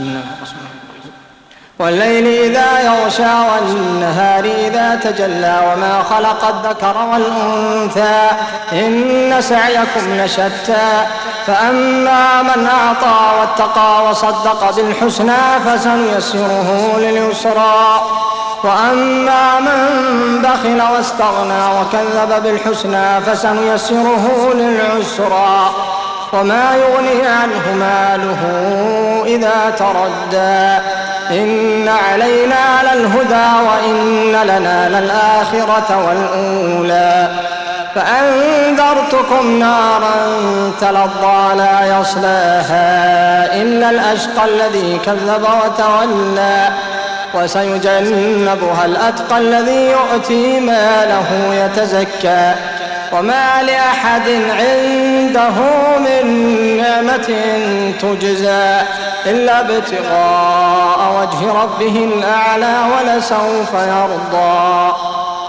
بسم الله الرحمن الرحيم. والليل إذا يغشى والنهار إذا تجلى وما خلق الذكر والأنثى إن سعيكم لشتى فأما من أعطى واتقى وصدق بالحسنى فسنيسره لليسرى وأما من بخل واستغنى وكذب بالحسنى فسنيسره للعسرى وما يغني عنه ماله إذا تردى إن علينا للهدى وإن لنا للآخرة والأولى فأنذرتكم نارا تلظى لا يصلاها إلا الأشقى الذي كذب وتولى وسيجنبها الأتقى الذي يؤتي ماله يتزكى وما لأحد عنده من نعمة تجزى إلا ابتغاء وجه ربه الأعلى ولسوف يرضى.